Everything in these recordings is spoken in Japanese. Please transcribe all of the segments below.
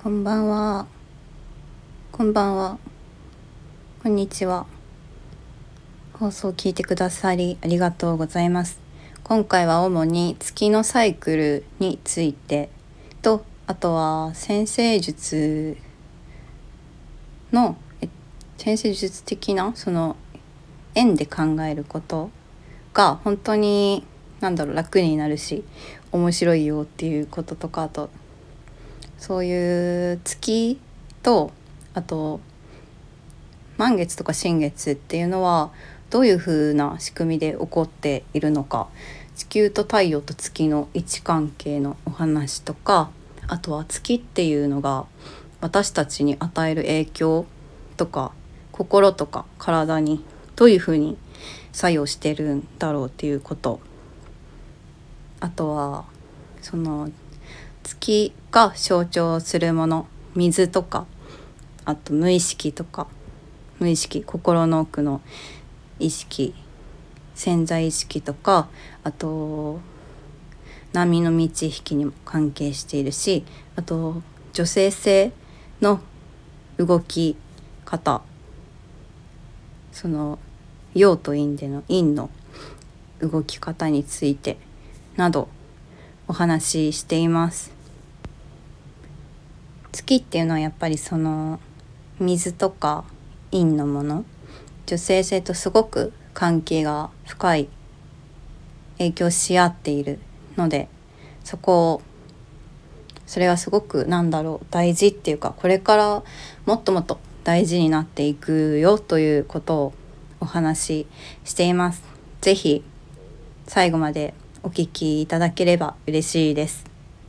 こんばんは。こんばんは。こんにちは。放送を聞いてくださりありがとうございます。今回は主に月のサイクルについてと、あとは占星術的なその円で考えることが本当に楽になるし面白いよっていうこととか、あとそういう月と、あと満月とか新月っていうのはどういう風な仕組みで起こっているのか、地球と太陽と月の位置関係のお話とか、あとは月っていうのが私たちに与える影響とか、心とか体にどういう風に作用してるんだろうっていうこと、あとはその月が象徴するもの、水とか、あと無意識とか、心の奥の意識、潜在意識とか、あと波の満ち引きにも関係しているし、あと女性性の動き方、その陽と陰での陰の動き方についてなどお話ししています。月っていうのはやっぱりその水とか陰のもの、女性性とすごく関係が深い、影響し合っているので、それはすごく大事っていうか、これからもっともっと大事になっていくよということをお話ししています。ぜひ最後までお聞きいただければ嬉しいです。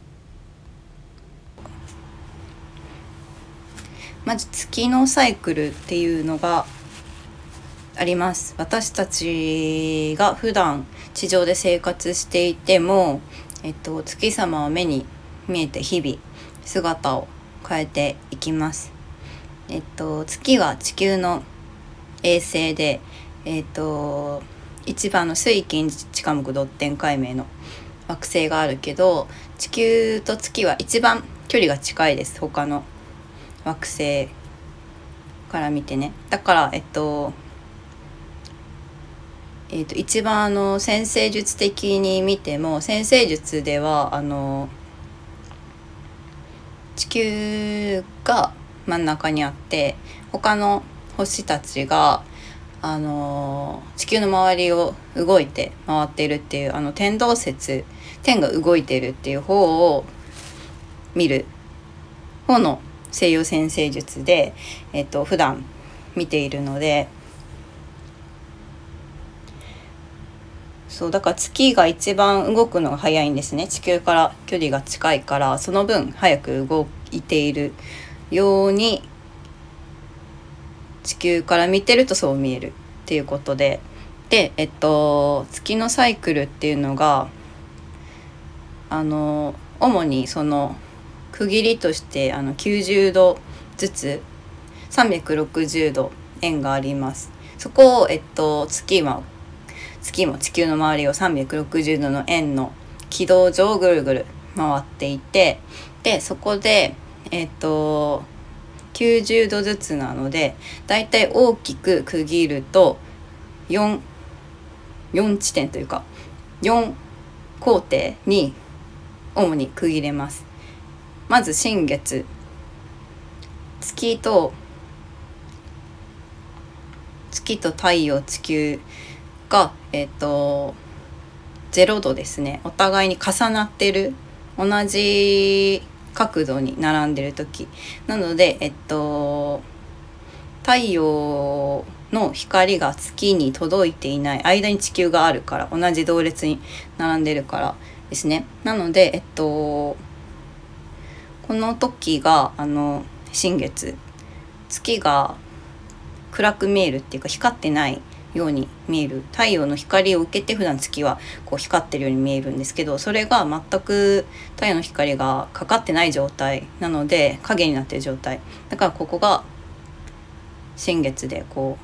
まず月のサイクルっていうのがあります。私たちが普段地上で生活していても、月様は目に見えて日々姿を変えていきます。月は地球の衛星で、一番の水金地火木土天海冥の惑星があるけど、地球と月は一番距離が近いです。他の惑星から見てね。だから一番占星術的に見ても、占星術では地球が真ん中にあって、他の星たちが地球の周りを動いて回っているっていう、天動説、天が動いているっていう方を見る方の西洋占星術で、普段見ているので、そうだから月が一番動くのが早いんですね。地球から距離が近いから、その分早く動いているように地球から見てるとそう見えるっていうことで、月のサイクルっていうのが主にその区切りとして90度ずつ360度円があります。そこを、月も地球の周りを360度の円の軌道上ぐるぐる回っていて、でそこで90度ずつなので、だいたい大きく区切ると4地点というか4工程に主に区切れます。まず新月、月と太陽、地球が0度ですね。お互いに重なってる、同じ角度に並んでる時なので、太陽の光が月に届いていない間に地球があるから、同じ同列に並んでるからですね。なのでこの時が新月、月が暗く見えるっていうか光ってないように見える。太陽の光を受けて普段月はこう光ってるように見えるんですけど、それが全く太陽の光がかかってない状態なので影になってる状態だから、ここが新月でこ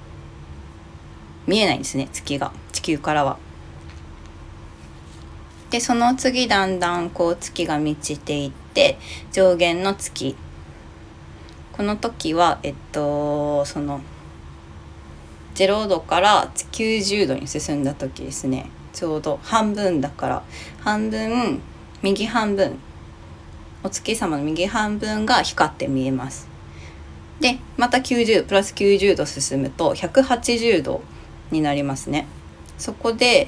う見えないんですね、月が地球からは。 でその次だんだんこう月が満ちていって、上限の月、この時はその0度から90度に進んだ時ですね。ちょうど半分だから、半分、右半分、お月様の右半分が光って見えます。でまた90プラス90度進むと180度になりますね。そこで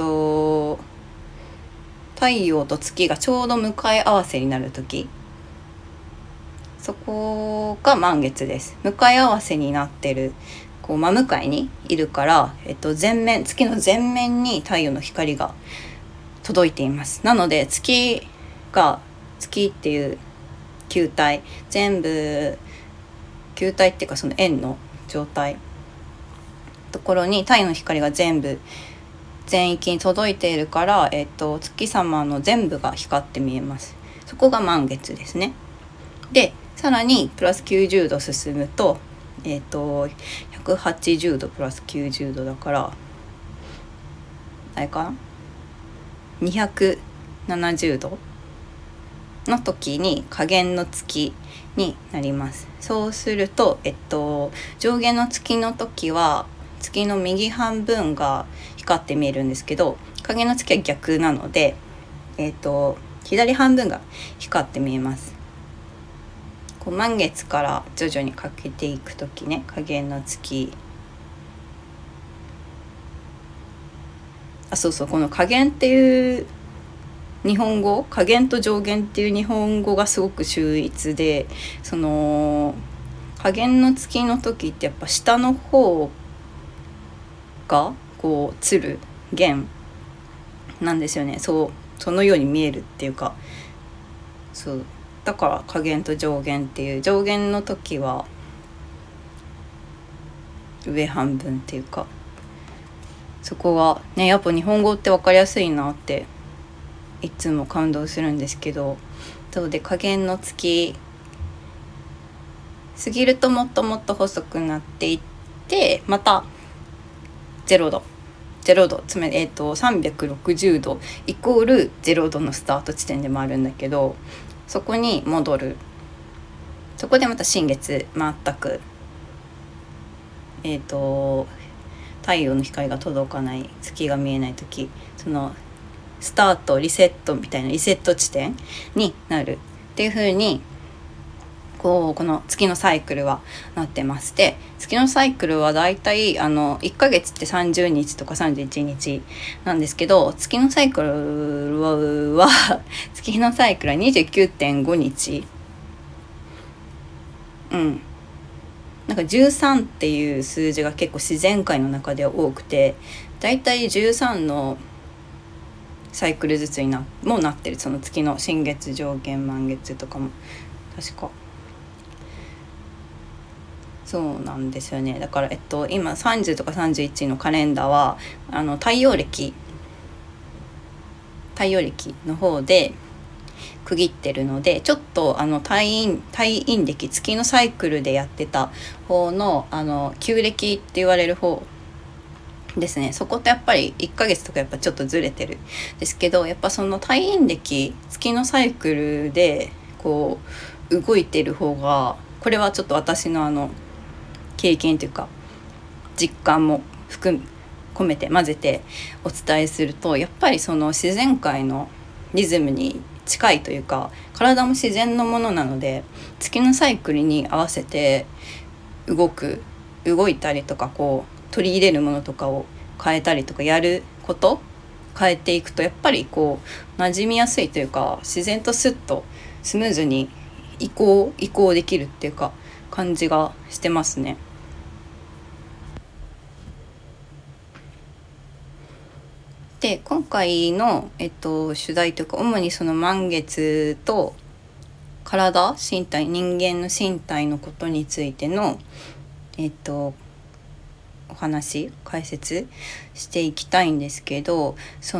太陽と月がちょうど向かい合わせになる時、そこが満月です。向かい合わせになってる、こう真向かいにいるから、月の前面に太陽の光が届いています。なので月っていう球体全部、球体っていうかその円の状態ところに太陽の光が全域に届いているから、月様の全部が光って見えます。そこが満月ですね。でさらにプラス90度進むと、180度プラス90度だからあれかな、270度の時に下限の月になります。そうすると、上限の月の時は月の右半分が光って見えるんですけど、下限の月は逆なので、左半分が光って見えます。こう満月から徐々にかけていく時ね、下限の月、この下限っていう日本語、下限と上限っていう日本語がすごく秀逸で、その下限の月の時ってやっぱ下の方がこう鶴弦なんですよね。そのように見えるっていうか、そうだから下限と上限っていう、上限の時は上半分っていうか、そこがねやっぱ日本語って分かりやすいなっていつも感動するんですけど、そうで下限の月過ぎるともっともっと細くなっていって、また0度つまり360度イコール0度のスタート地点でもあるんだけど、そこに戻る。そこでまた新月、全く太陽の光が届かない、月が見えない時、そのスタートリセットみたいなリセット地点になるっていう風にこの月のサイクルはなってまして、月のサイクルはだいたい1ヶ月って30日とか31日なんですけど、月のサイクルは29.5 日、なんか13っていう数字が結構自然界の中では多くて、だいたい13のサイクルずつもなってる。その月の新月上限満月とかも確かそうなんですよね。だから今30とか31のカレンダーは太陽暦の方で区切ってるので、ちょっと太陰暦、月のサイクルでやってた方の旧暦って言われる方ですね。そことやっぱり1ヶ月とかやっぱちょっとずれてるですけど、やっぱその太陰暦、月のサイクルでこう動いてる方が、これはちょっと私の経験というか実感も込めて混ぜてお伝えすると、やっぱりその自然界のリズムに近いというか、体も自然のものなので、月のサイクルに合わせて動いたりとか、こう取り入れるものとかを変えたりとか、やること変えていくと、やっぱりこう馴染みやすいというか、自然とスッとスムーズに移行できるっていうか感じがしてますね。で今回の、取材というか、主にその満月と身体、人間の身体のことについてのお話、解説していきたいんですけど、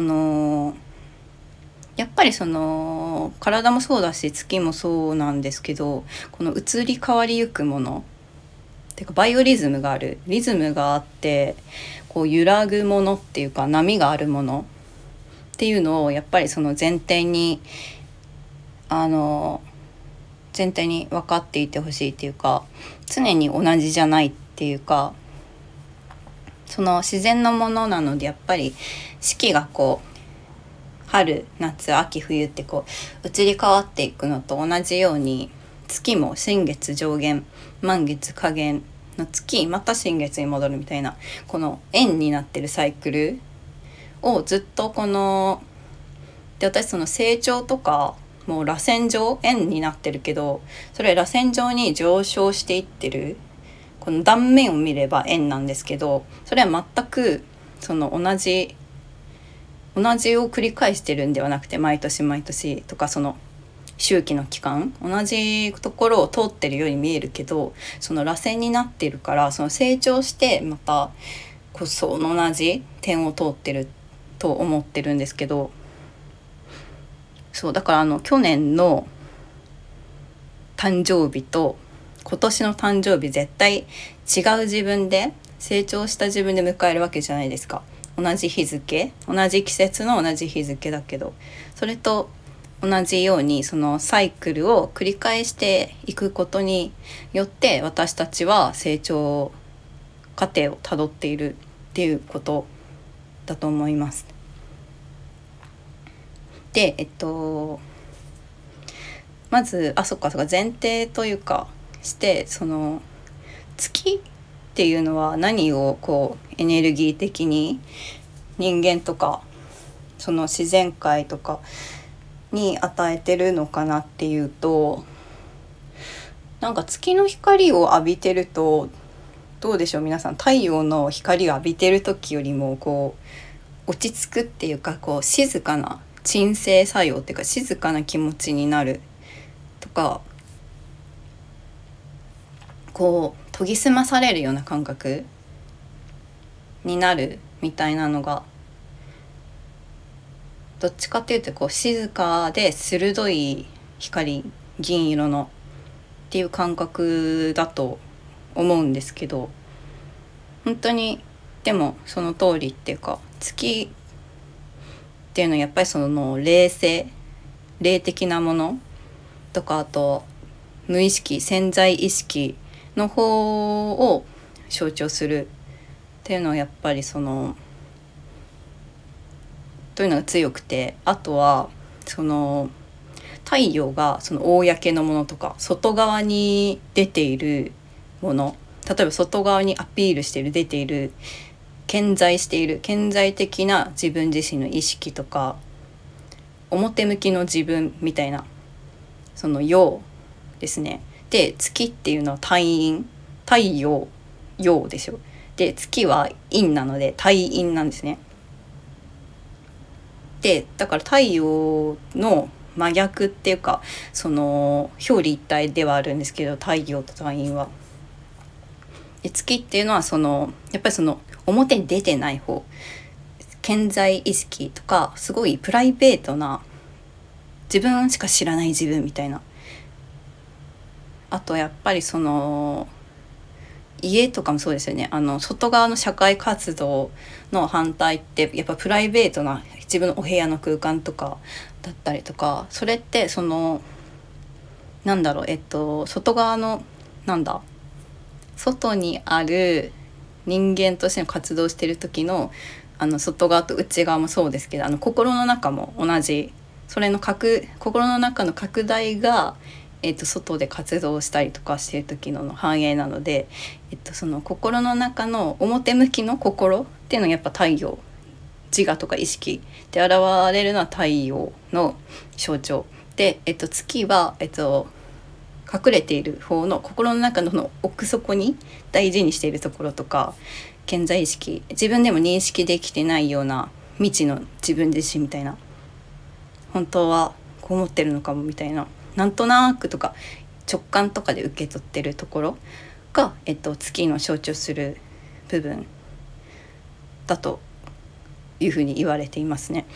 やっぱり体もそうだし月もそうなんですけど、この移り変わりゆくものてかバイオリズムがあって、こう揺らぐものっていうか、波があるものっていうのをやっぱりその前提に分かっていてほしいっていうか、常に同じじゃないっていうか、その自然のものなのでやっぱり四季がこう春夏秋冬ってこう移り変わっていくのと同じように、月も新月上弦満月下弦の月また新月に戻るみたいな、この円になってるサイクルをずっとで、私その成長とかもう螺旋状円になってるけど、それ螺旋状に上昇していってる、この断面を見れば円なんですけど、それは全くその同じを繰り返してるんではなくて、毎年毎年とかその周期の期間同じところを通ってるように見えるけど、その螺旋になってるから、その成長してまたその同じ点を通ってると思ってるんですけど、そうだから去年の誕生日と今年の誕生日絶対違う自分で、成長した自分で迎えるわけじゃないですか。同じ日付、同じ季節の同じ日付だけど、それと同じようにそのサイクルを繰り返していくことによって私たちは成長過程をたどっているっていうことだと思います。でまずそっか前提というかして、その月っていうのは何をこうエネルギー的に人間とかその自然界とかに与えてるのかなっていうと、なんか月の光を浴びてるとどうでしょう皆さん、太陽の光を浴びてる時よりもこう落ち着くっていうか、こう静かな鎮静作用っていうか静かな気持ちになるとか、こう研ぎ澄まされるような感覚になるみたいなのが、どっちかっていうとこう静かで鋭い光、銀色のっていう感覚だと思うんですけど、本当にでもその通りっていうか、月っていうのはやっぱりその霊的なものとか、あと無意識潜在意識の方を象徴するっていうのはやっぱりそのというのが強くて、あとはその太陽がその公のものとか外側に出ているもの、例えば外側にアピールしている、出ている、顕在している顕在的な自分自身の意識とか、表向きの自分みたいなその陽ですね。で月っていうのは太陽陽でしょ。で月は陰なので太陰なんですね。でだから太陽の真逆っていうか、その表裏一体ではあるんですけど、太陽と太陰は。で月っていうのはそのやっぱりその表に出てない方、顕在意識とかすごいプライベートな自分しか知らない自分みたいな。あとやっぱりその家とかもそうですよね。外側の社会活動の反対ってやっぱプライベートな自分のお部屋の空間とかだったりとか、それってその外側の外にある人間としての活動してる時の外側と内側もそうですけど、心の中も同じ、それの心の中の拡大が外で活動したりとかしている時の反映なので、その心の中の表向きの心っていうのはやっぱ太陽、自我とか意識で現れるのは太陽の象徴で、月は、隠れている方の心の中の奥底に大事にしているところとか、顕在意識、自分でも認識できてないような未知の自分自身みたいな、本当はこう思ってるのかもみたいな、なんとなくとか直感とかで受け取ってるところが、月の象徴する部分だというふうに言われていますね。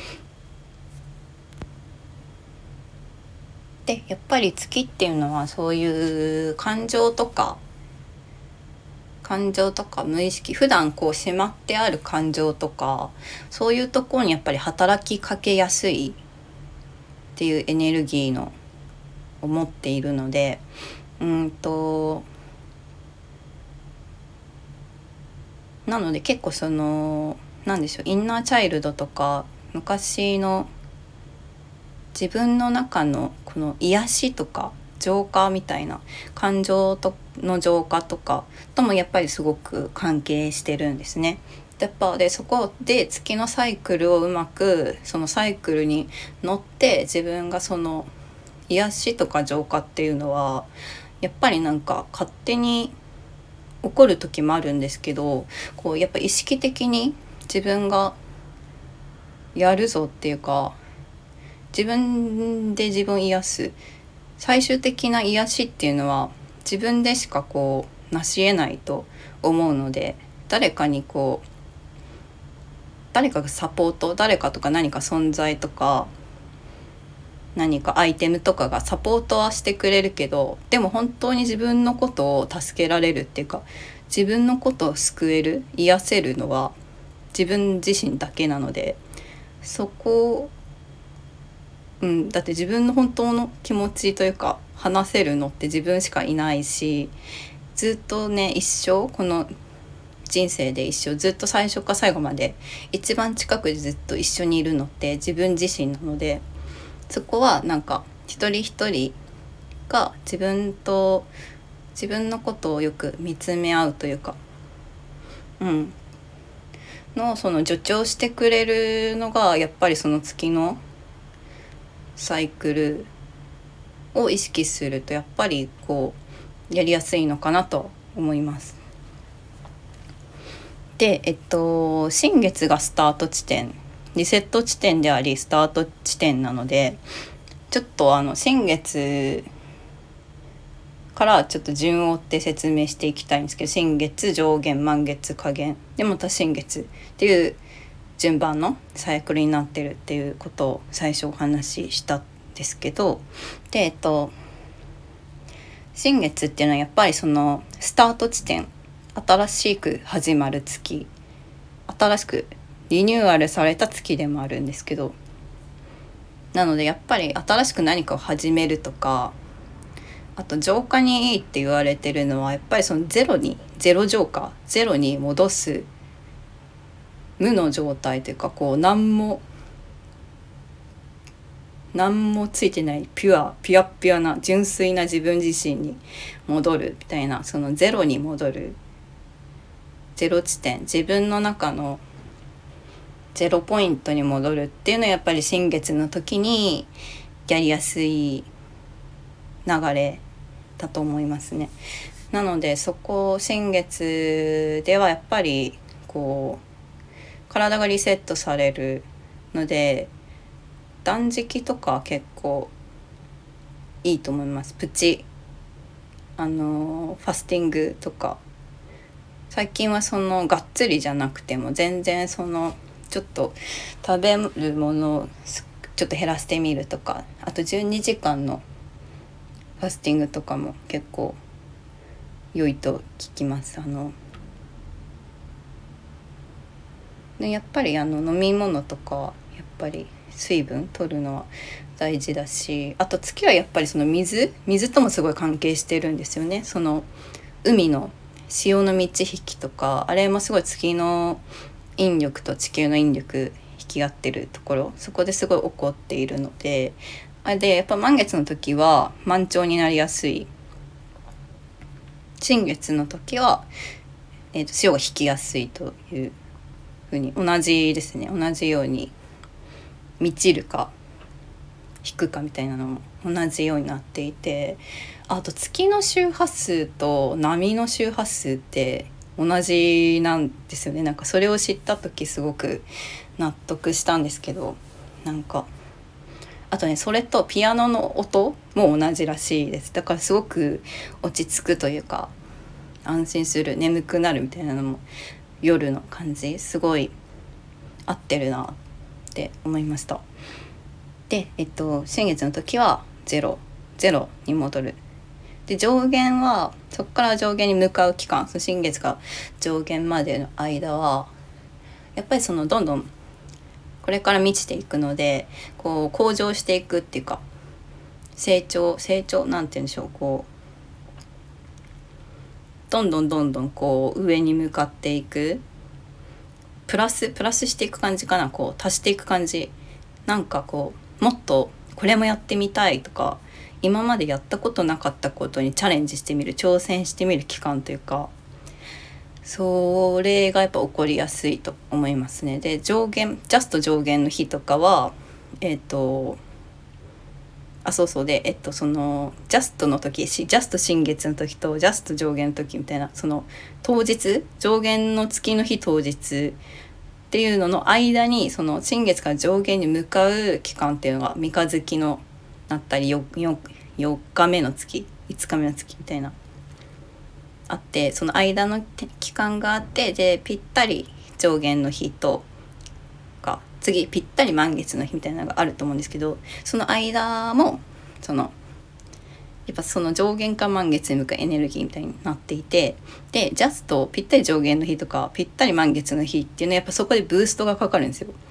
でやっぱり月っていうのはそういう感情感情とか無意識、普段こうしまってある感情とか、そういうところにやっぱり働きかけやすいっていうエネルギーのを持っているので、なので結構そのなんでしょう、インナーチャイルドとか昔の自分の中のこの癒しとか浄化みたいな感情との浄化とかともやっぱりすごく関係してるんですね。やっぱでそこで月のサイクルをうまくそのサイクルに乗って自分がその癒しとか浄化っていうのはやっぱりなんか勝手に起こる時もあるんですけど、こうやっぱ意識的に自分がやるぞっていうか、自分で自分癒す最終的な癒しっていうのは自分でしかこう成し得ないと思うので、誰かにこう誰かがサポート、誰かとか何か存在とか何かアイテムとかがサポートはしてくれるけど、でも本当に自分のことを助けられるっていうか、自分のことを救える癒せるのは自分自身だけなので、そこだって自分の本当の気持ちというか話せるのって自分しかいないし、ずっとね一生この人生で一生ずっと最初から最後まで一番近くでずっと一緒にいるのって自分自身なので、そこはなんか一人一人が自分のことをよく見つめ合うというか、その助長してくれるのがやっぱりその月のサイクルを意識するとやっぱりこうやりやすいのかなと思います。で、新月がスタート地点、リセット地点でありスタート地点なので、ちょっと新月からちょっと順を追って説明していきたいんですけど、新月、上限、満月、下限でまた新月っていう順番のサイクルになってるっていうことを最初お話ししたんですけど、で新月っていうのはやっぱりそのスタート地点、新しく始まる月、新しくリニューアルされた月でもあるんですけど、なのでやっぱり新しく何かを始めるとか、あと浄化にいいって言われてるのはやっぱりそのゼロ浄化、ゼロに戻す無の状態というか、こう何もついてないピュアな純粋な自分自身に戻るみたいな、そのゼロに戻る、ゼロ地点、自分の中のゼロポイントに戻るっていうのはやっぱり新月の時にやりやすい流れだと思いますね。なのでそこ新月ではやっぱりこう体がリセットされるので、断食とか結構いいと思います。ファスティングとか、最近はそのがっつりじゃなくても全然そのちょっと食べるものをちょっと減らしてみるとか、あと12時間のファスティングとかも結構良いと聞きます。でやっぱり飲み物とかやっぱり水分取るのは大事だし、あと月はやっぱりその水ともすごい関係してるんですよね。その海の潮の満ち引きとか、あれもすごい月の引力と地球の引力引き合ってるところ、そこですごい起こっているので、あれでやっぱ満月の時は満潮になりやすい、新月の時は、潮が引きやすいというふうに、同じですね、同じように満ちるか引くかみたいなのも同じようになっていて、あと月の周波数と波の周波数って同じなんですよね。なんかそれを知った時すごく納得したんですけど、なんかあとね、それとピアノの音も同じらしいです。だからすごく落ち着くというか安心する、眠くなるみたいなのも夜の感じすごい合ってるなって思いました。で、新月の時はゼロに戻る。 で上限はそこから上限に向かう期間、その新月が上限までの間はやっぱりそのどんどんこれから満ちていくので、こう向上していくっていうか、成長なんて言うんでしょう、こうどんどんこう上に向かっていく、プラスしていく感じかな、こう足していく感じ、なんかこうもっとこれもやってみたいとか、今までやったことなかったことにチャレンジしてみる、挑戦してみる期間というか、それがやっぱ起こりやすいと思いますね。でジャスト上限の日とかはそのジャストの時、ジャスト新月の時とジャスト上限の時みたいな、その当日、上限の月の日当日っていうのの間に、その新月から上限に向かう期間っていうのが三日月のなったり 4日目の月、5日目の月みたいなあって、その間の期間があって、でぴったり上限の日とか次ぴったり満月の日みたいなのがあると思うんですけど、その間もそのやっぱその上限か満月に向かうエネルギーみたいになっていて、でジャストぴったり上限の日とかぴったり満月の日っていうのはやっぱそこでブーストがかかるんですよ。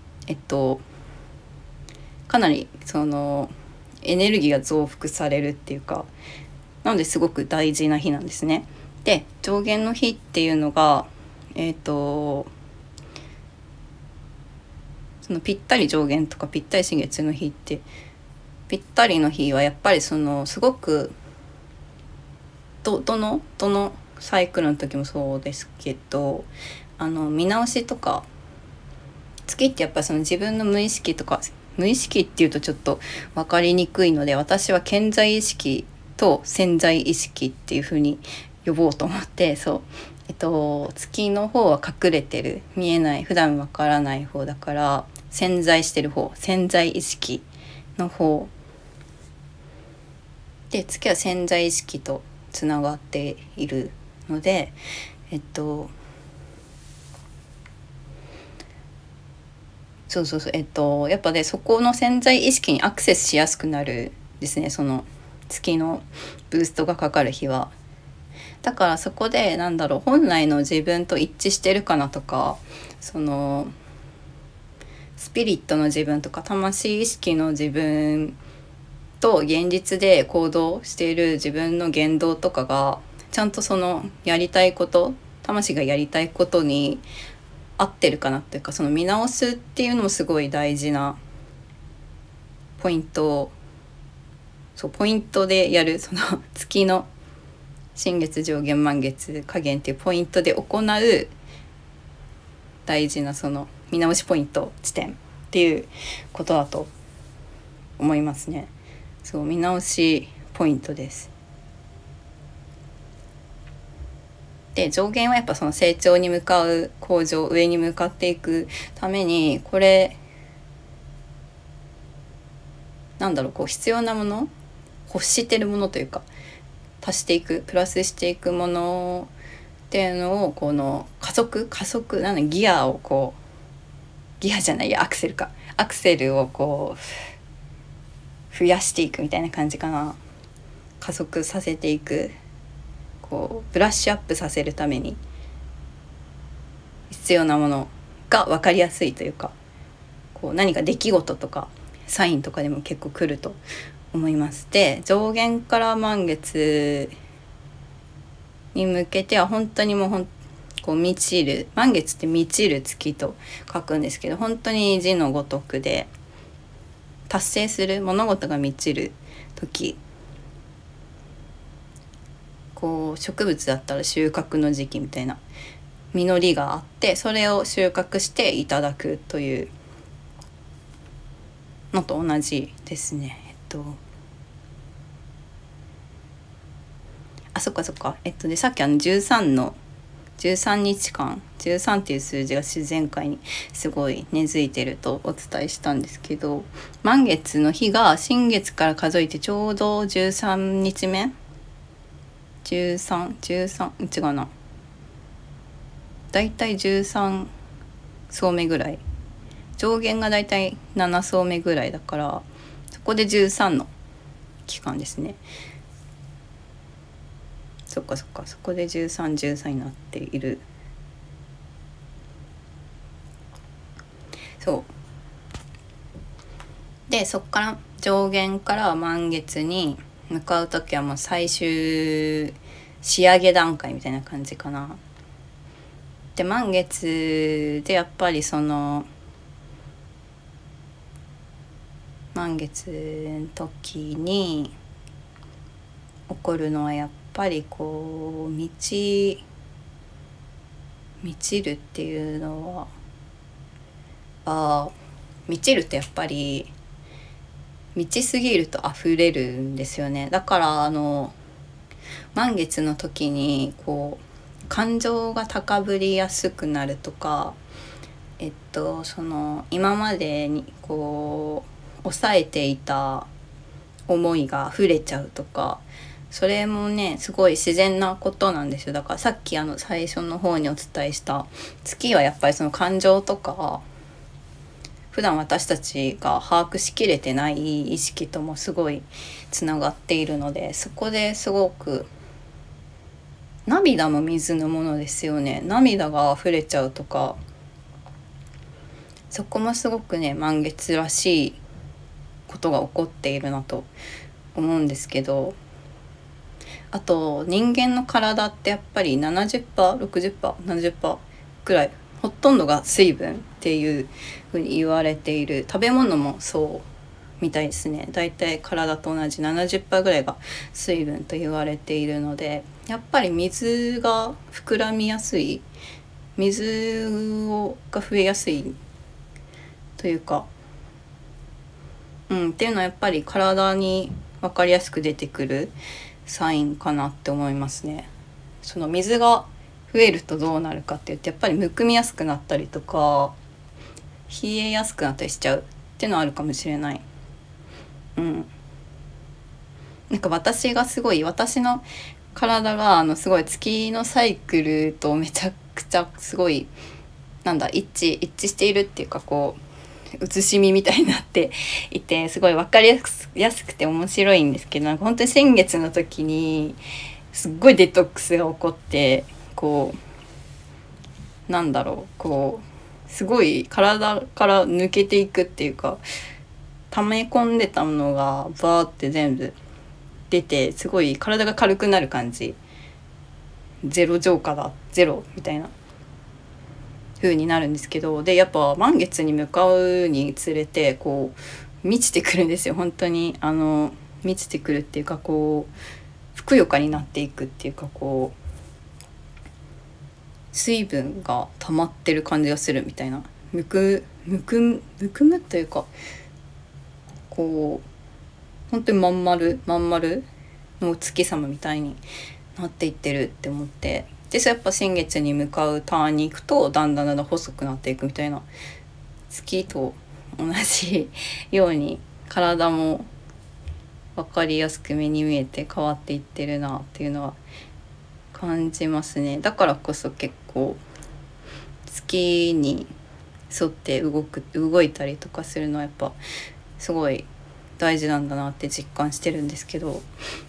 かなりそのエネルギーが増幅されるっていうか、なのですごく大事な日なんですね。で上限の日っていうのがそのぴったり上限とかぴったり新月の日って、ぴったりの日はやっぱりそのすごくどのサイクルの時もそうですけど、見直しとか、月ってやっぱりその自分の無意識とか、無意識っていうとちょっと分かりにくいので、私は潜在意識と潜在意識っていう風に呼ぼうと思って、月の方は隠れてる、見えない、普段分からない方だから、潜在してる方、潜在意識の方で、月は潜在意識とつながっているので、やっぱね、そこの潜在意識にアクセスしやすくなるですね、その月のブーストがかかる日は。だからそこで本来の自分と一致してるかなとか、そのスピリットの自分とか魂意識の自分と現実で行動している自分の言動とかがちゃんとそのやりたいこと、魂がやりたいことに合ってるかなっていうか、その見直すっていうのもすごい大事なポイントでやる、その月の新月上限満月下限っていうポイントで行う大事なその見直しポイント地点っていうことだと思いますね。そう、見直しポイントです。で上限はやっぱその成長に向かう、向上、上に向かっていくために、これこう必要なもの、欲してるものというか、足していく、プラスしていくものっていうのを、この加速ギアをこう、ギアじゃないや、アクセルをこう増やしていくみたいな感じかな。加速させていく、こうブラッシュアップさせるために必要なものが分かりやすいというか、こう何か出来事とかサインとかでも結構来ると思います。で上限から満月に向けては本当にこう満ちる、満月って満ちる月と書くんですけど、本当に字のごとくで達成する物事が満ちる時、こう植物だったら収穫の時期みたいな、実りがあってそれを収穫していただくというのと同じですね。そっか。でさっき13日間、13っていう数字が自然界にすごい根付いてるとお伝えしたんですけど、満月の日が新月から数えてちょうど13日目、違うな、だいたい13層目ぐらい、上限がだいたい7層目ぐらいだから、そこで13の期間ですね。 そっかそっか、そこで13、13になっている。そうで、そっから上弦から満月に向かう時はもう最終仕上げ段階みたいな感じかな。で満月でやっぱりその満月の時に起こるのはやっぱりこう満ちるっていうのは満ちるってやっぱり満ちすぎると溢れるんですよね。だから満月の時にこう感情が高ぶりやすくなるとか、その今までにこう抑えていた思いが溢れちゃうとか、それもねすごい自然なことなんですよ。だからさっき最初の方にお伝えした月はやっぱりその感情とか普段私たちが把握しきれてない意識ともすごいつながっているので、そこですごく涙も水のものですよね。涙が溢れちゃうとか、そこもすごくね満月らしいことが起こっているなと思うんですけど、あと人間の体ってやっぱり 70%、60%、70% くらいほとんどが水分っていうふうに言われている。食べ物もそうみたいですね。だいたい体と同じ 70% ぐらいが水分と言われているので、やっぱり水が膨らみやすい、水が増えやすいというか、っていうのはやっぱり体に分かりやすく出てくるサインかなって思いますね。その水が増えるとどうなるかって言って、やっぱりむくみやすくなったりとか冷えやすくなったりしちゃうっていうのはあるかもしれない。なんか私の体がすごい月のサイクルとめちゃくちゃすごい一致しているっていうか、こう写しみみたいになっていて、すごい分かりやすくて面白いんですけど、なんか本当に先月の時にすっごいデトックスが起こって、こうすごい体から抜けていくっていうか、溜め込んでたものがバーって全部出て、すごい体が軽くなる感じ、ゼロ浄化だゼロみたいな風になるんですけど、でやっぱ満月に向かうにつれてこう満ちてくるんですよ。本当に満ちてくるっていうか、こうふくよかになっていくっていうか、こう水分が溜まってる感じがするみたいな、むくむというか、こう本当にまん丸のお月様みたいになっていってるって思って、でやっぱ新月に向かうターンに行くとだんだん細くなっていくみたいな、月と同じように体も分かりやすく目に見えて変わっていってるなっていうのは感じますね。だからこそ結構月に沿って動いたりとかするのはやっぱすごい大事なんだなって実感してるんですけど、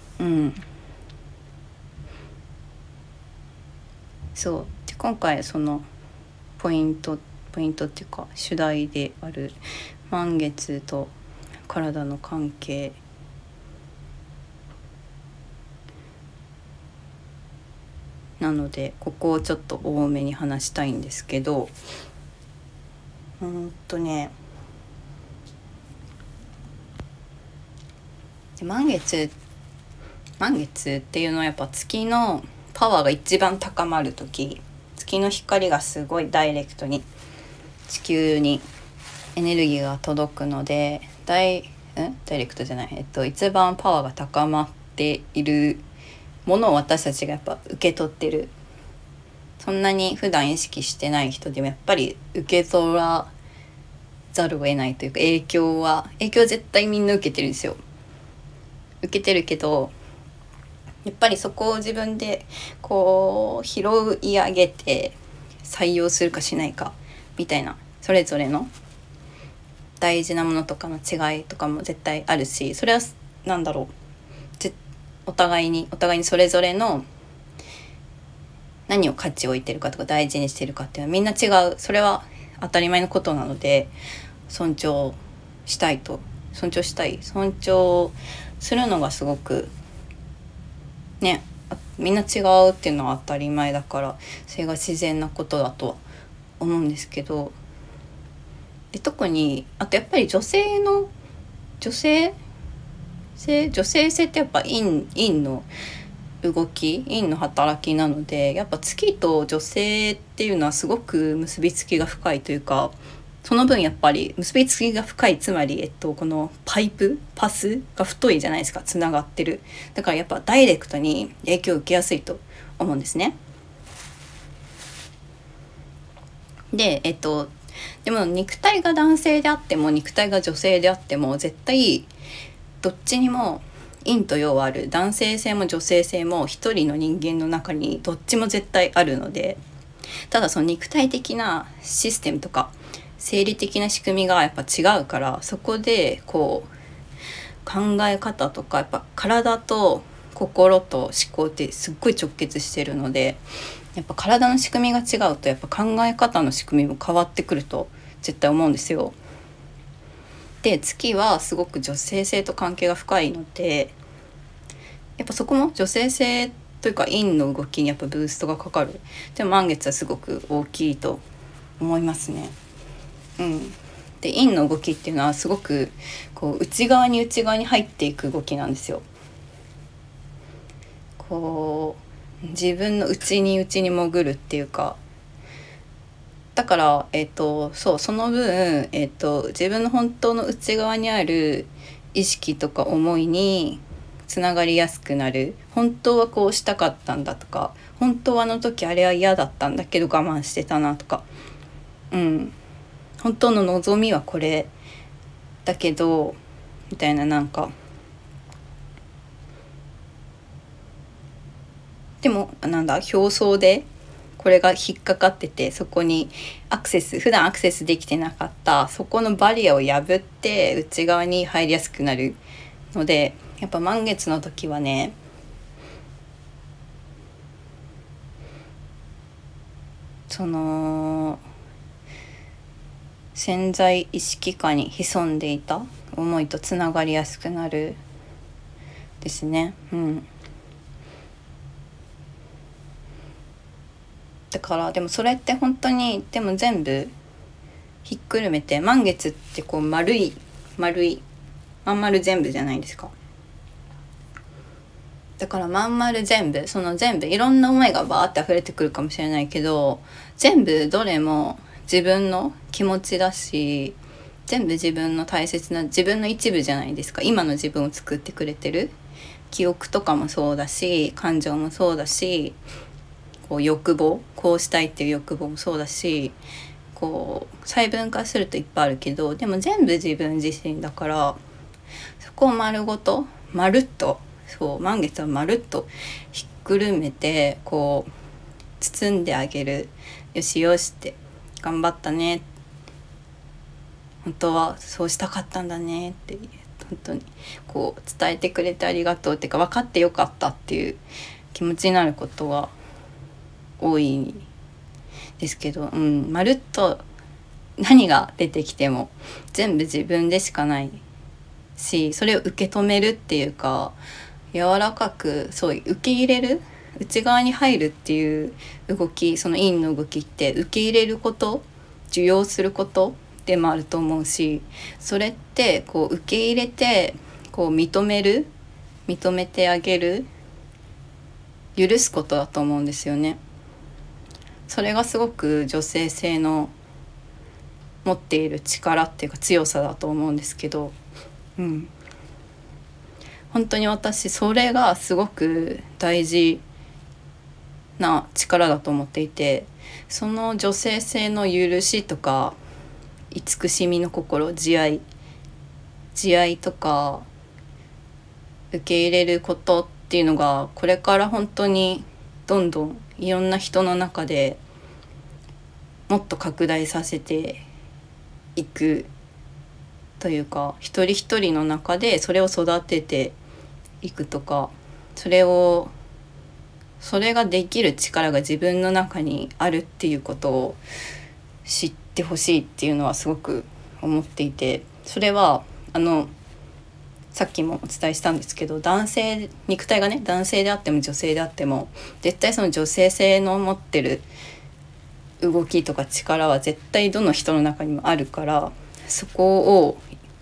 そうで今回そのポイントっていうか主題である満月と体の関係なので、ここをちょっと多めに話したいんですけど、満月っていうのはやっぱ月のパワーが一番高まる時、月の光がすごいダイレクトに地球にエネルギーが届くので、ダイレクトじゃない、一番パワーが高まっているものを私たちがやっぱ受け取ってる。そんなに普段意識してない人でもやっぱり受け取らざるを得ないというか、影響は絶対みんな受けてるんですよ。受けてるけど、やっぱりそこを自分でこう拾い上げて採用するかしないかみたいな、それぞれの大事なものとかの違いとかも絶対あるし、それはお互いにそれぞれの何を価値を置いてるかとか大事にしてるかっていうのはみんな違う。それは当たり前のことなので、尊重したい、尊重するのがすごくね、みんな違うっていうのは当たり前だから、それが自然なことだとは思うんですけど、で特にあとやっぱり女性性ってやっぱ陰の動き、陰の働きなので、やっぱ月と女性っていうのはすごく結びつきが深いというか、その分やっぱり結びつきが深い、つまり、このパスが太いじゃないですか、つながってる。だからやっぱダイレクトに影響を受けやすいと思うんですね。ででも肉体が男性であっても肉体が女性であっても絶対どっちにも陰と陽はある。男性性も女性性も一人の人間の中にどっちも絶対あるので、ただその肉体的なシステムとか生理的な仕組みがやっぱ違うから、そこでこう考え方とかやっぱ体と心と思考ってすっごい直結してるので、やっぱ体の仕組みが違うとやっぱ考え方の仕組みも変わってくると絶対思うんですよ。で月はすごく女性性と関係が深いので、やっぱそこも女性性というか陰の動きにやっぱブーストがかかる。でも満月はすごく大きいと思いますね。で陰の動きっていうのはすごくこう内側に入っていく動きなんですよ。こう自分の内に潜るっていうか、だから、その分、自分の本当の内側にある意識とか思いにつながりやすくなる。本当はこうしたかったんだとか、本当はあの時あれは嫌だったんだけど我慢してたなとか、本当の望みはこれだけどみたいな、なんかでも表層でこれが引っかかってて、そこに普段アクセスできてなかったそこのバリアを破って内側に入りやすくなるので、やっぱ満月の時はね、その潜在意識下に潜んでいた思いとつながりやすくなるですね。だからでもそれって本当にでも全部ひっくるめて、満月ってこう丸いまん丸全部じゃないですか。だからまん丸全部いろんな思いがバーって溢れてくるかもしれないけど、全部どれも自分の気持ちだし、全部自分の大切な自分の一部じゃないですか。今の自分を作ってくれてる記憶とかもそうだし、感情もそうだし、こう欲望、こうしたいっていう欲望もそうだし、こう細分化するといっぱいあるけど、でも全部自分自身だから、そこを丸ごとまるっと、満月はまるっとひっくるめてこう包んであげる。よしよしって頑張ったね、本当はそうしたかったんだねって、本当にこう伝えてくれてありがとうっていうか、分かってよかったっていう気持ちになることが多いですけど、まるっと何が出てきても全部自分でしかないし、それを受け止めるっていうか、柔らかく受け入れる、内側に入るっていう動き、その陰の動きって受け入れること、受容することでもあると思うし、それってこう受け入れてこう認めてあげる、許すことだと思うんですよね。それがすごく女性性の持っている力っていうか強さだと思うんですけど、本当に私それがすごく大事な力だと思っていて、その女性性の許しとか慈しみの心、慈愛とか受け入れることっていうのが、これから本当にどんどんいろんな人の中でもっと拡大させていくというか、一人一人の中でそれを育てていくとか、それをそれができる力が自分の中にあるっていうことを知ってほしいっていうのはすごく思っていて、それはさっきもお伝えしたんですけど、肉体がね男性であっても女性であっても絶対その女性性の持ってる動きとか力は絶対どの人の中にもあるから、そこを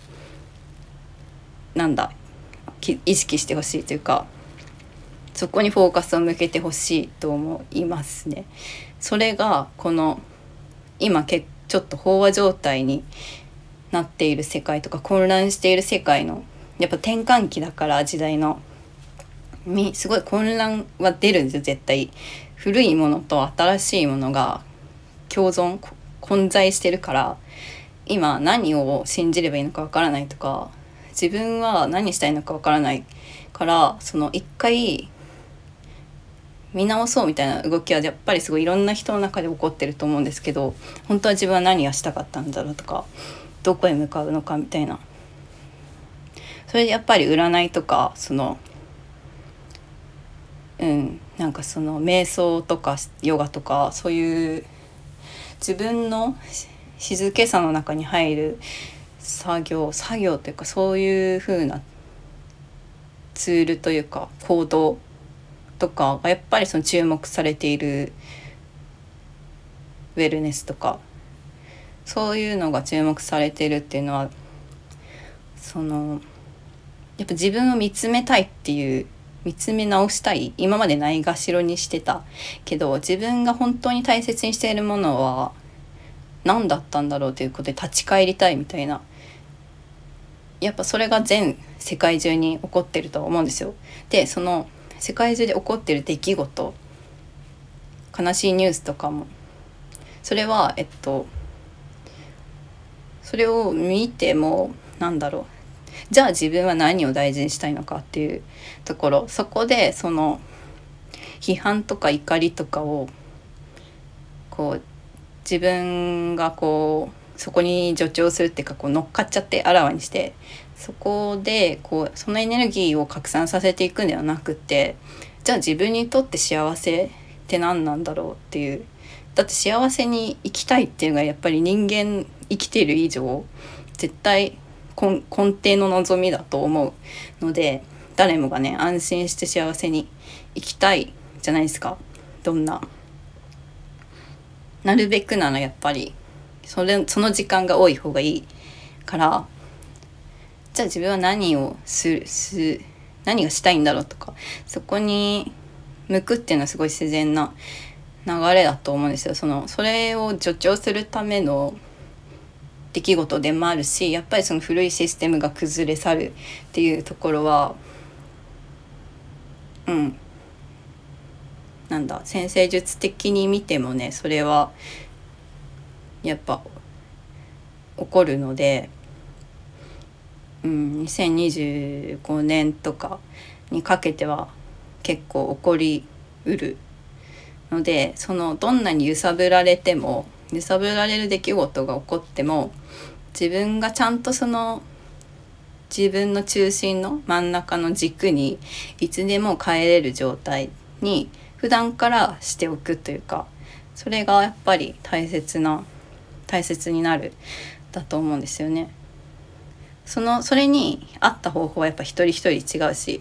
意識してほしいというか、そこにフォーカスを向けてほしいと思いますね。それがこの今ちょっと飽和状態になっている世界とか混乱している世界のやっぱ転換期だから、時代のすごい混乱は出るんですよ絶対。古いものと新しいものが混在してるから、今何を信じればいいのかわからないとか、自分は何したいのかわからないから、その一回見直そうみたいな動きはやっぱりすごいいろんな人の中で起こってると思うんですけど、本当は自分は何がしたかったんだろうとか、どこへ向かうのかみたいな。それでやっぱり占いとかなんかその瞑想とかヨガとか、そういう自分の静けさの中に入る作業というか、そういう風なツールというか行動とかがやっぱりその注目されている、ウェルネスとかそういうのが注目されているっていうのは、やっぱ自分を見つめたいっていう、見つめ直したい、今までないがしろにしてたけど自分が本当に大切にしているものは何だったんだろうということで立ち返りたいみたいな、やっぱそれが全世界中に起こってると思うんですよ。でその世界中で起こってる出来事、悲しいニュースとかも、それはそれを見てもじゃあ自分は何を大事にしたいのかっていうところ、そこでその批判とか怒りとかを自分がそこに助長するっていうか乗っかっちゃってあらわにして、そこでそのエネルギーを拡散させていくんではなくて、じゃあ自分にとって幸せって何なんだろうっていう。だって幸せに生きたいっていうのがやっぱり人間生きている以上絶対根底の望みだと思うので、誰もがね安心して幸せに生きたいじゃないですか。なるべくならやっぱりその時間が多い方がいいから、じゃあ自分は何がしたいんだろうとか、そこに向くっていうのはすごい自然な流れだと思うんですよ。それを助長するための出来事でもあるし、やっぱりその古いシステムが崩れ去るっていうところは占星術的に見てもね、それはやっぱ起こるので、2025年とかにかけては結構起こりうるので、どんなに揺さぶられる出来事が起こっても、自分がちゃんと自分の中心の真ん中の軸にいつでも帰れる状態に普段からしておくというか、それがやっぱり大切になるだと思うんですよね。それに合った方法はやっぱ一人一人違うし、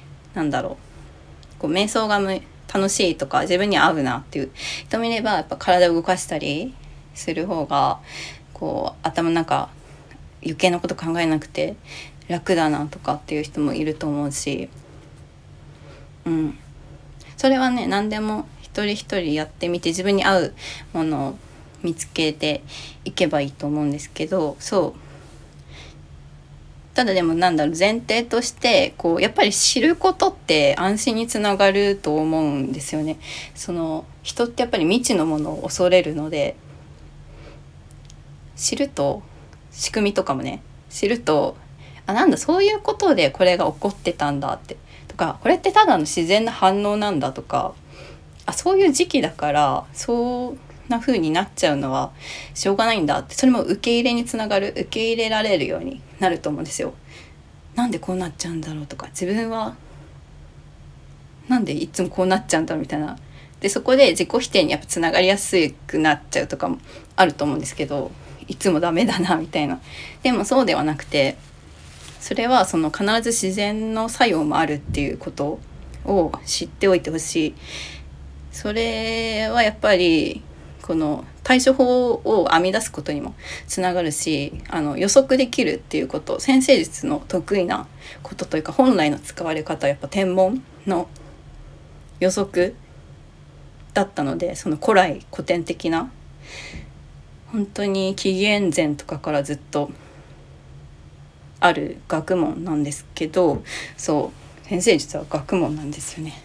瞑想が楽しいとか自分に合うなっていう人もいれば、やっぱ体を動かしたりする方が頭の中余計なこと考えなくて楽だなとかっていう人もいると思うし、それはね何でも一人一人やってみて自分に合うものを見つけていけばいいと思うんですけど、ただでも前提としてやっぱり知ることって安心につながると思うんですよね。人ってやっぱり未知のものを恐れるので、知ると仕組みとかもね知ると、そういうことでこれが起こってたんだってとか、これってただの自然な反応なんだとか、そういう時期だからそんな風になっちゃうのはしょうがないんだって、それも受け入れにつながる、受け入れられるようになると思うんですよ。なんでこうなっちゃうんだろうとか、自分はなんでいつもこうなっちゃうんだろうみたいな。でそこで自己否定にやっぱつながりやすくなっちゃうとかもあると思うんですけど、いつもダメだなみたいな。でもそうではなくて、それはその必ず自然の作用もあるっていうことを知っておいてほしい。それはやっぱりこの対処法を編み出すことにもつながるし、予測できるっていうこと、占星術の得意なことというか本来の使われ方はやっぱ天文の予測だったので、その古来古典的な本当に紀元前とかからずっとある学問なんですけど、そう占星術は学問なんですよね。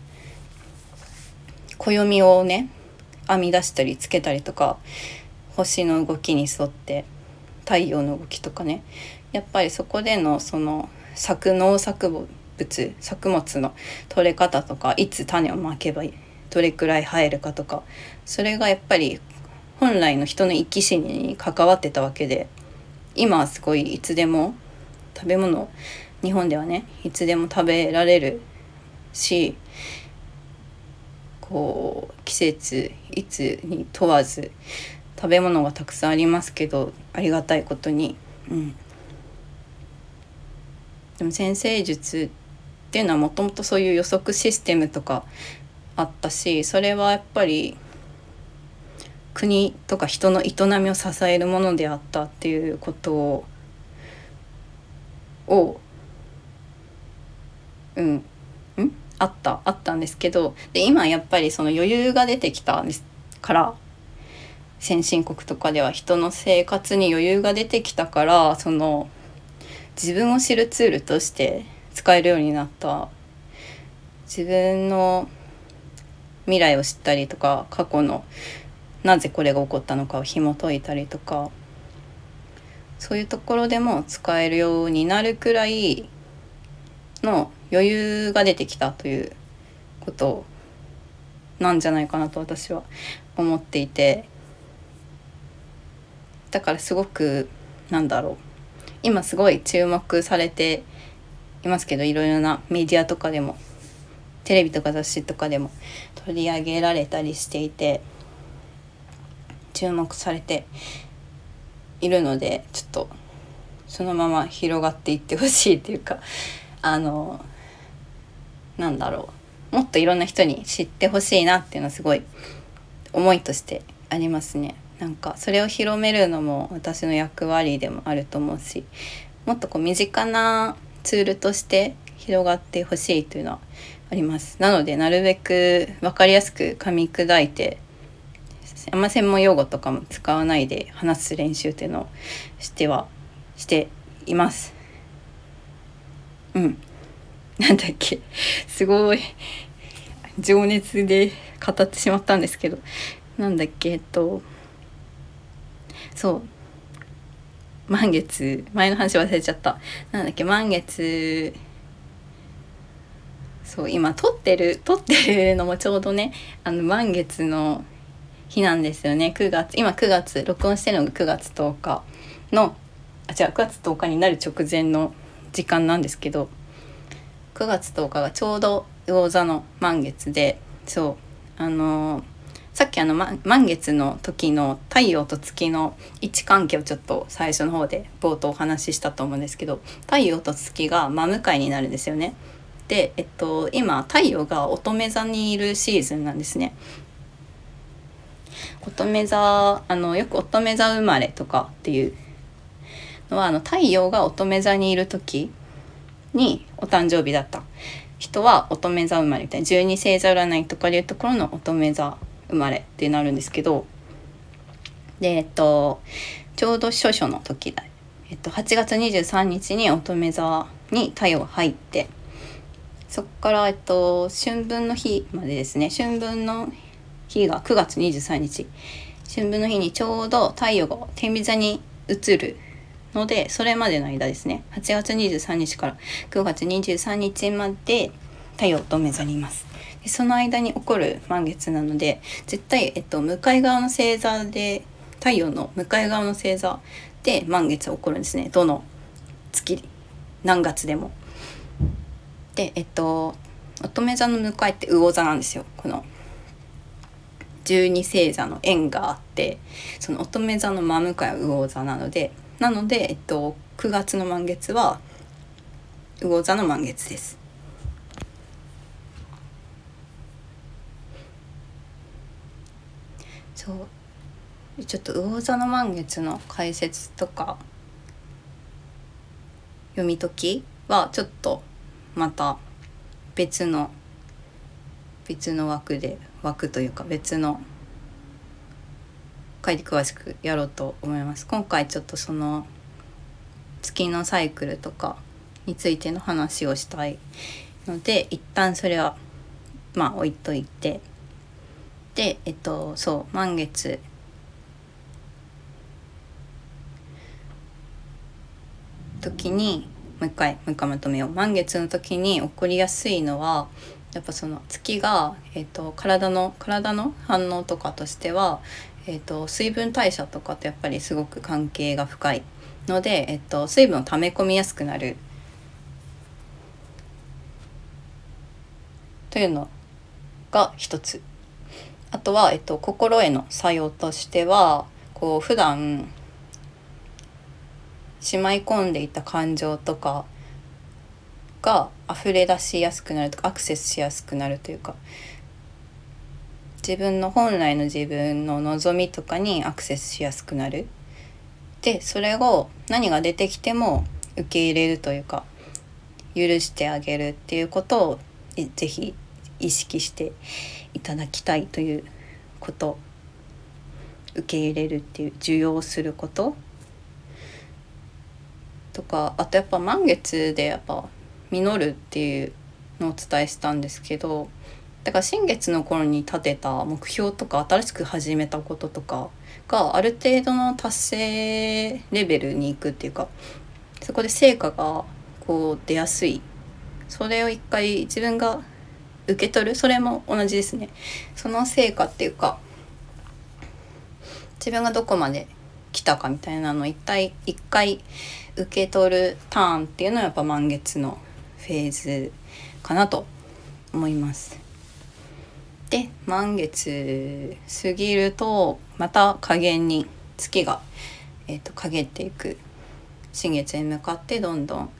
暦をね編み出したりつけたりとか、星の動きに沿って太陽の動きとかね、やっぱりそこでのその農作物の取れ方とか、いつ種をまけばどれくらい生えるかとか、それがやっぱり本来の人の生き死に関わってたわけで、今はすごいいつでも食べ物、日本ではねいつでも食べられるし、こう季節いつに問わず食べ物がたくさんありますけど、ありがたいことに、でも占星術っていうのはもともとそういう予測システムとかあったし、それはやっぱり国とか人の営みを支えるものであったっていうことをあったんですけど、で今やっぱりその余裕が出てきたんですから、先進国とかでは人の生活に余裕が出てきたから、その自分を知るツールとして使えるようになった。自分の未来を知ったりとか、過去のなぜこれが起こったのかを紐解いたりとか、そういうところでも使えるようになるくらいの余裕が出てきたということなんじゃないかなと私は思っていて、だからすごく今すごい注目されていますけど、いろいろなメディアとかでもテレビとか雑誌とかでも取り上げられたりしていて、注目されているので、ちょっとそのまま広がっていってほしいというか、もっといろんな人に知ってほしいなっていうのはすごい思いとしてありますね。それを広めるのも私の役割でもあると思うし、もっと身近なツールとして広がってほしいというのはあります。なのでなるべく分かりやすく噛み砕いて、あんま専門用語とかも使わないで話す練習っていうのをしています。すごい情熱で語ってしまったんですけど、満月、前の話忘れちゃった。満月、今撮ってるのもちょうどね、満月の日なんですよね。今9月、録音してるのが9月10日の9月10日になる直前の時間なんですけど、9月10日がちょうど魚座の満月で、さっき満月の時の太陽と月の位置関係をちょっと最初の方で冒頭お話ししたと思うんですけど、太陽と月が真向かいになるんですよね。で、今太陽が乙女座にいるシーズンなんですね。乙女座、よく乙女座生まれとかっていうのは、太陽が乙女座にいる時にお誕生日だった人は乙女座生まれみたいな、十二星座占いとかでいうところの乙女座生まれってなるんですけど、でちょうど処暑の時だ、8月23日に乙女座に太陽が入って、そこから春分の日までですね。春分の日が9月23日、春分の日にちょうど太陽が天秤座に移るので、それまでの間ですね、8月23日から9月23日まで太陽乙女座にいます。でその間に起こる満月なので、絶対、向かい側の星座で、太陽の向かい側の星座で満月が起こるんですね。どの月何月でも。で乙女座の向かいって魚座なんですよ。この十二星座の円があって、その乙女座の真向かいは魚座なので、9月の満月は魚座の満月です。そうちょっと魚座の満月の解説とか読み解きはちょっとまた別の枠というか別の回で詳しくやろうと思います。今回ちょっとその月のサイクルとかについての話をしたいので、一旦それは置いといて、でそう満月時にもう一回まとめよう。満月の時に起こりやすいのはやっぱその月が、体の反応とかとしては、水分代謝とかとやっぱりすごく関係が深いので、水分を溜め込みやすくなるというのが一つ。あとは、心への作用としてはこう普段しまい込んでいた感情とかが溢れ出しやすくなるとか、アクセスしやすくなるというか、本来の自分の望みとかにアクセスしやすくなる。でそれを何が出てきても受け入れるというか、許してあげるっていうことをぜひ意識していただきたいということ、受け入れるっていう受容することとか、あとやっぱ満月でやっぱ実るっていうのをお伝えしたんですけど、だから新月の頃に立てた目標とか新しく始めたこととかがある程度の達成レベルに行くっていうか、そこで成果がこう出やすい。それを一回自分が受け取る。それも同じですね。その成果っていうか、自分がどこまで来たかみたいなのを一回受け取るターンっていうのはやっぱ満月のフェーズかなと思います。で満月過ぎるとまた下限に月が、陰っていく。新月に向かってどんどん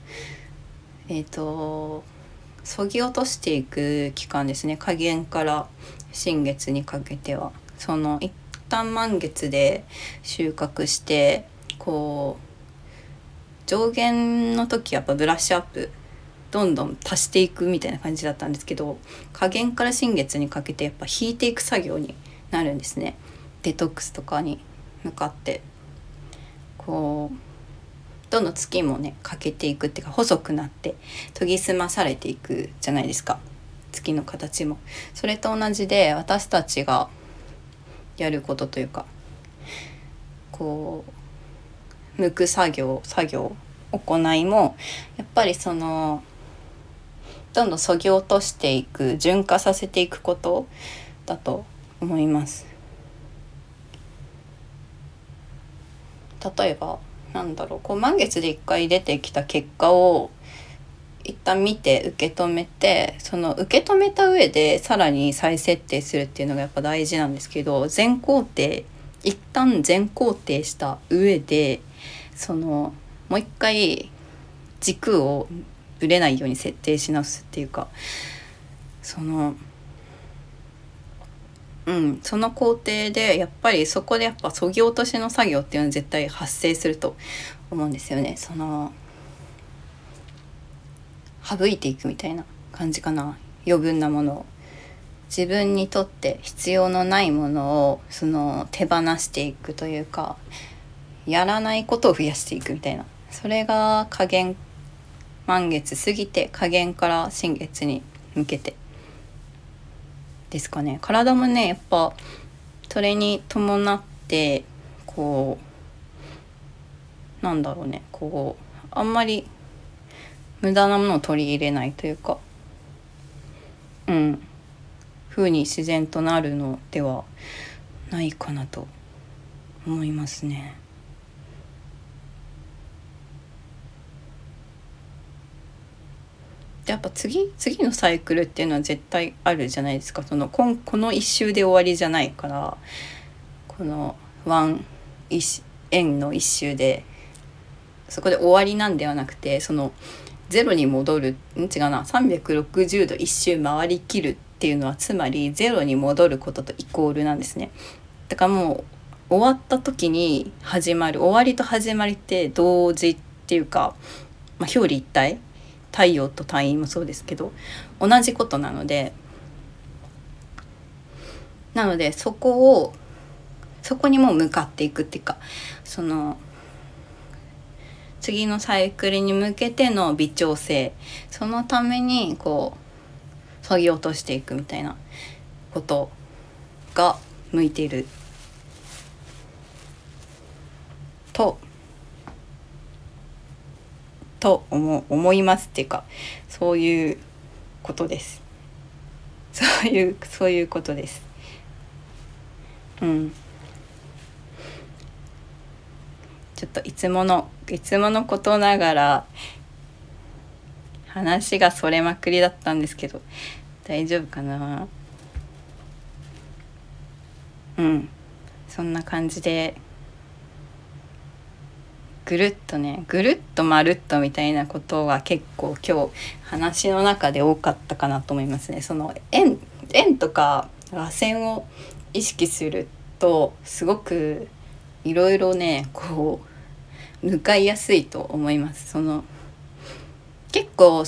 そぎ落としていく期間ですね。下限から新月にかけてはその一旦満月で収穫してこう上限の時やっぱブラッシュアップどんどん足していくみたいな感じだったんですけど、下限から新月にかけてやっぱ引いていく作業になるんですね。デトックスとかに向かってこうどんどん月もね欠けていくっていうか、細くなって研ぎ澄まされていくじゃないですか。月の形もそれと同じで、私たちがやることというか、こう剥く作業行いもやっぱりそのどんどん削ぎ落としていく、純化させていくことだと思います。例えばこう満月で一回出てきた結果を一旦見て受け止めて、その受け止めた上でさらに再設定するっていうのがやっぱ大事なんですけど、一旦全肯定した上でそのもう一回軸をぶれないように設定し直すっていうか、その工程でやっぱりそこでやっぱ削ぎ落としの作業っていうのは絶対発生すると思うんですよね。その省いていくみたいな感じかな。余分なものを、自分にとって必要のないものをその手放していくというか、やらないことを増やしていくみたいな、それが満月過ぎて下限から新月に向けてですかね。体もねやっぱそれに伴ってこうあんまり無駄なものを取り入れないというか、風に自然となるのではないかなと思いますね。 やっぱ次のサイクルっていうのは絶対あるじゃないですか。この一周で終わりじゃないから、この円の一周でそこで終わりなんではなくて、そのゼロに戻る違うな360度一周回りきるっていうのは、つまりゼロに戻ることとイコールなんですね。だからもう終わった時に始まる終わりと始まりって同時っていうか、表裏一体、太陽と太陰もそうですけど同じことなので、そこにも向かっていくっていうか、その次のサイクルに向けての微調整、そのためにこう削ぎ落としていくみたいなことが向いていると思いますっていうか、そういうことです。そういうことです。ちょっといつものことながら話がそれまくりだったんですけど、大丈夫かな。そんな感じでぐるっとまるっとみたいなことは結構今日話の中で多かったかなと思いますね。その円とか螺旋を意識するとすごくいろいろねこう向かいやすいと思います。結構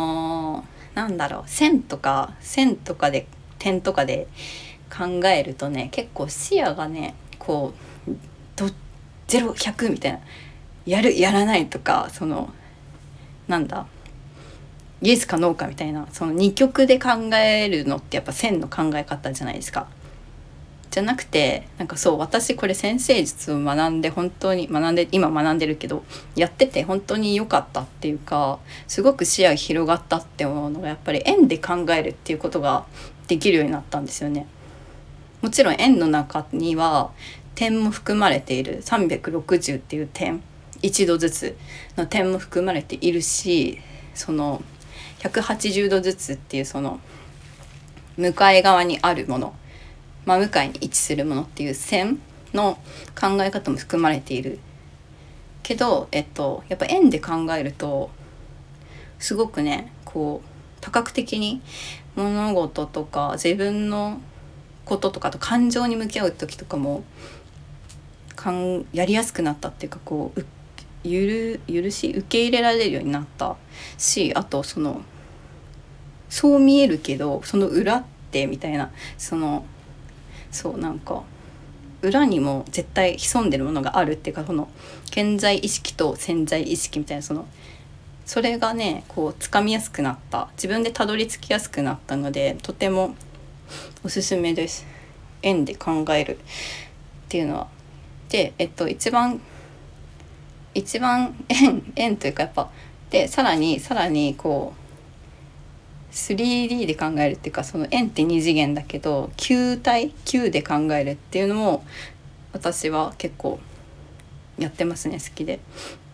線とかで点とかで考えるとね、結構視野がねこう0、100みたいな、やらないとか、イエスかノーかみたいな、その二極で考えるのってやっぱ線の考え方じゃないですか。じゃなくて、私これ先生術を学んで今学んでるけど、やってて本当に良かったっていうか、すごく視野が広がったって思うのが、やっぱり円で考えるっていうことができるようになったんですよね。もちろん円の中には点も含まれている、360っていう点、1度ずつの点も含まれているし、その180度ずつっていうその向かい側にあるもの、真向かいに位置するものっていう線の考え方も含まれているけど、やっぱ円で考えるとすごくねこう多角的に物事とか自分のこととかと感情に向き合う時とかもやりやすくなったっていうか、こう受け入れられるようになったし、あとそう見えるけどその裏ってみたいな、裏にも絶対潜んでるものがあるっていうか、顕在意識と潜在意識みたいな、それがねこうつかみやすくなった、自分でたどり着きやすくなったので、とてもおすすめです。円で考えるっていうのは。で、一番円というか、やっぱでさらにこう 3D で考えるっていうか、その円って2次元だけど球で考えるっていうのも私は結構やってますね、好きで。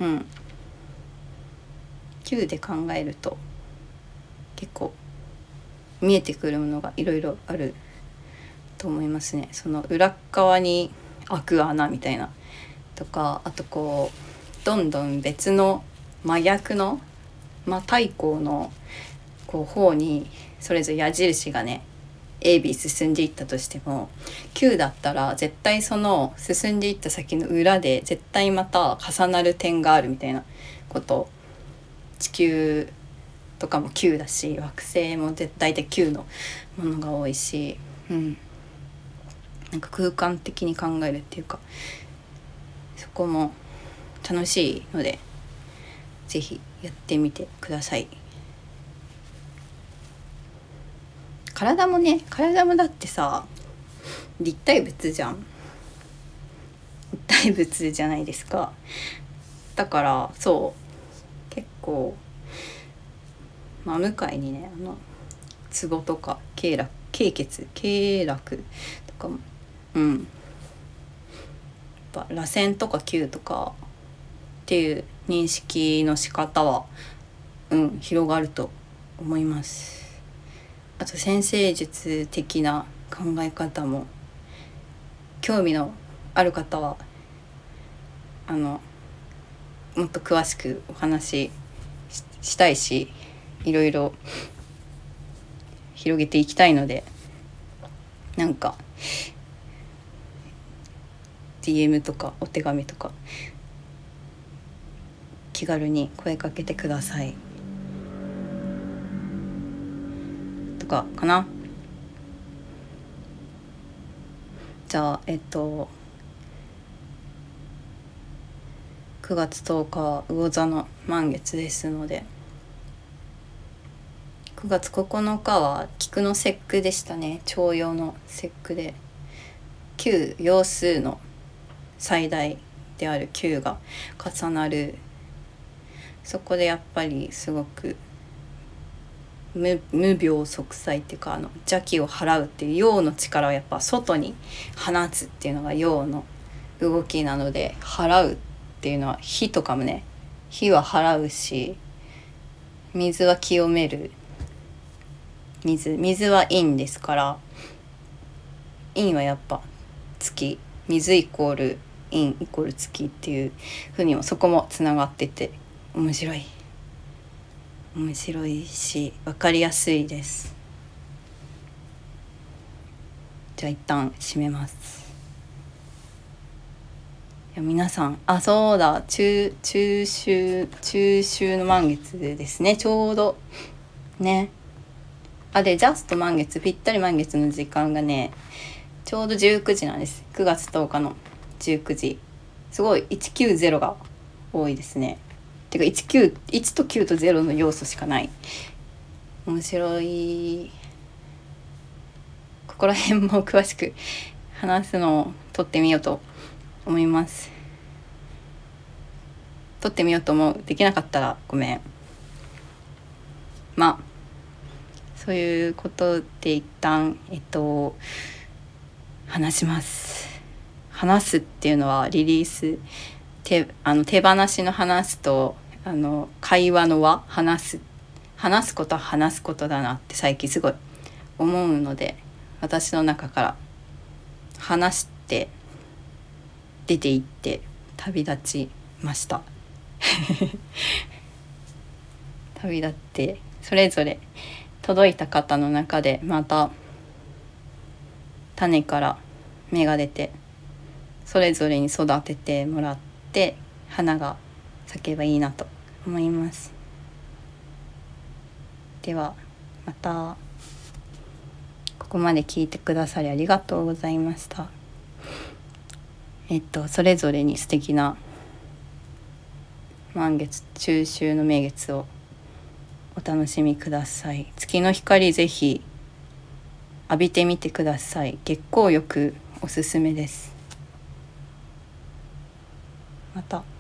球で考えると結構見えてくるものがいろいろあると思いますね。その裏側に開く穴みたいなとか、あとこうどんどん別の真逆の対向のこう方にそれぞれ矢印がね AB 進んでいったとしても、9だったら絶対その進んでいった先の裏で絶対また重なる点があるみたいなこと。地球とかも9だし、惑星も絶対で9のものが多いし、空間的に考えるっていうか、そこも楽しいのでぜひやってみてください。体もだってさ立体物じゃないですか。だから結構真向かいにねツボとか経絡とかもやっぱ螺旋とか球とかっていう認識の仕方は広がると思います。あと占星術的な考え方も興味のある方はもっと詳しくお話ししたいし、いろいろ広げていきたいので、なんか DM とかお手紙とか気軽に声かけてくださいとかかな。じゃあ9月10日は魚座の満月ですので、9月9日は菊の節句でしたね。重陽の節句で9陽数の最大である9が重なる。そこでやっぱりすごく無病息災っていうか邪気を払うっていう陽の力をやっぱ外に放つっていうのが陽の動きなので、払うっていうのは火とかもね、火は払うし、水は清める。水は陰ですから、陰はやっぱ月、水イコール陰イコール月っていう風にもそこもつながってて面白いし分かりやすいです。じゃあ一旦閉めます。いや皆さん、そうだ、中秋の満月ですね、ちょうどね。でジャスト満月、ぴったり満月の時間がねちょうど19時なんです。9月10日の19時。すごい190が多いですね。てか1と9と0の要素しかない。面白い。ここら辺も詳しく話すのを撮ってみようと思います。撮ってみようと思う。できなかったらごめん。そういうことで一旦話します。話すっていうのはリリース、手放しの話すと会話の輪、話すことは話すことだなって最近すごい思うので、私の中から話して出て行って旅立ちました旅立ってそれぞれ届いた方の中でまた種から芽が出て、それぞれに育ててもらって花が咲けばいいなと思います。ではまた。ここまで聞いてくださりありがとうございました。それぞれに素敵な満月、中秋の名月をお楽しみください。月の光ぜひ浴びてみてください。月光浴おすすめです。また。